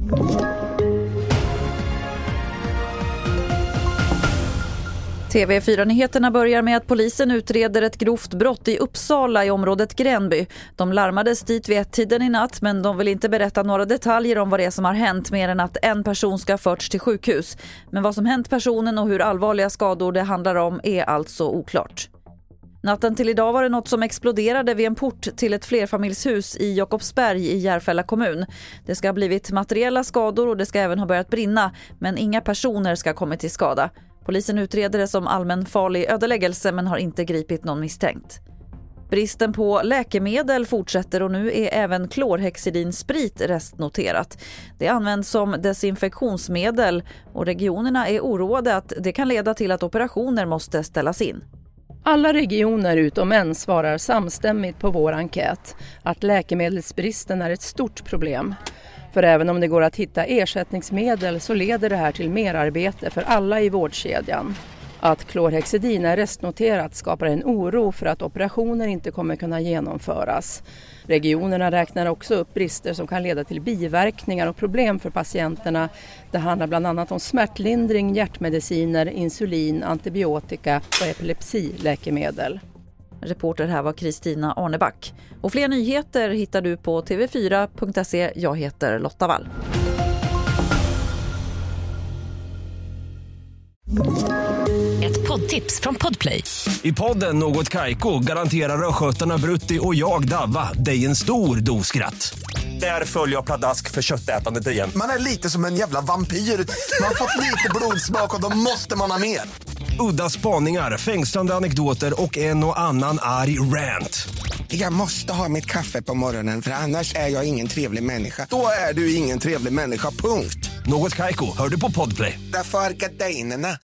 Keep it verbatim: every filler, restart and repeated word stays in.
T V fyra-nyheterna börjar med att polisen utreder ett grovt brott i Uppsala i området Gränby. De larmades dit vid ett-tiden i natt, men de vill inte berätta några detaljer om vad det är som har hänt mer än att en person ska ha förts till sjukhus. Men vad som hänt personen och hur allvarliga skador det handlar om är alltså oklart. Natten till idag var det något som exploderade vid en port till ett flerfamiljshus i Jakobsberg i Järfälla kommun. Det ska ha blivit materiella skador och det ska även ha börjat brinna, men inga personer ska ha kommit till skada. Polisen utreder det som allmänfarlig ödeläggelse men har inte gripit någon misstänkt. Bristen på läkemedel fortsätter och nu är även klorhexidinsprit restnoterat. Det används som desinfektionsmedel och regionerna är oroade att det kan leda till att operationer måste ställas in. Alla regioner utom en svarar samstämmigt på vår enkät att läkemedelsbristen är ett stort problem. För även om det går att hitta ersättningsmedel så leder det här till merarbete för alla i vårdkedjan. Att klorhexidin är restnoterat skapar en oro för att operationer inte kommer kunna genomföras. Regionerna räknar också upp brister som kan leda till biverkningar och problem för patienterna. Det handlar bland annat om smärtlindring, hjärtmediciner, insulin, antibiotika och epilepsiläkemedel. Reporter här var Kristina Arneback. Och fler nyheter hittar du på t v fyra punkt se. Jag heter Lotta Wall. Ett poddtips från Podplay. I podden Något Kaiko garanterar röskötarna Brutti och jag Davva dig en stor doskratt. Där följer jag pladask för köttätandet igen. Man är lite som en jävla vampyr. Man har fått lite blodsmak och då måste man ha mer. Udda spaningar, fängslande anekdoter och en och annan arg rant. Jag måste ha mitt kaffe på morgonen för annars är jag ingen trevlig människa. Då är du ingen trevlig människa, punkt. Något Kaiko, hör du på Podplay. Därför är gardinerna.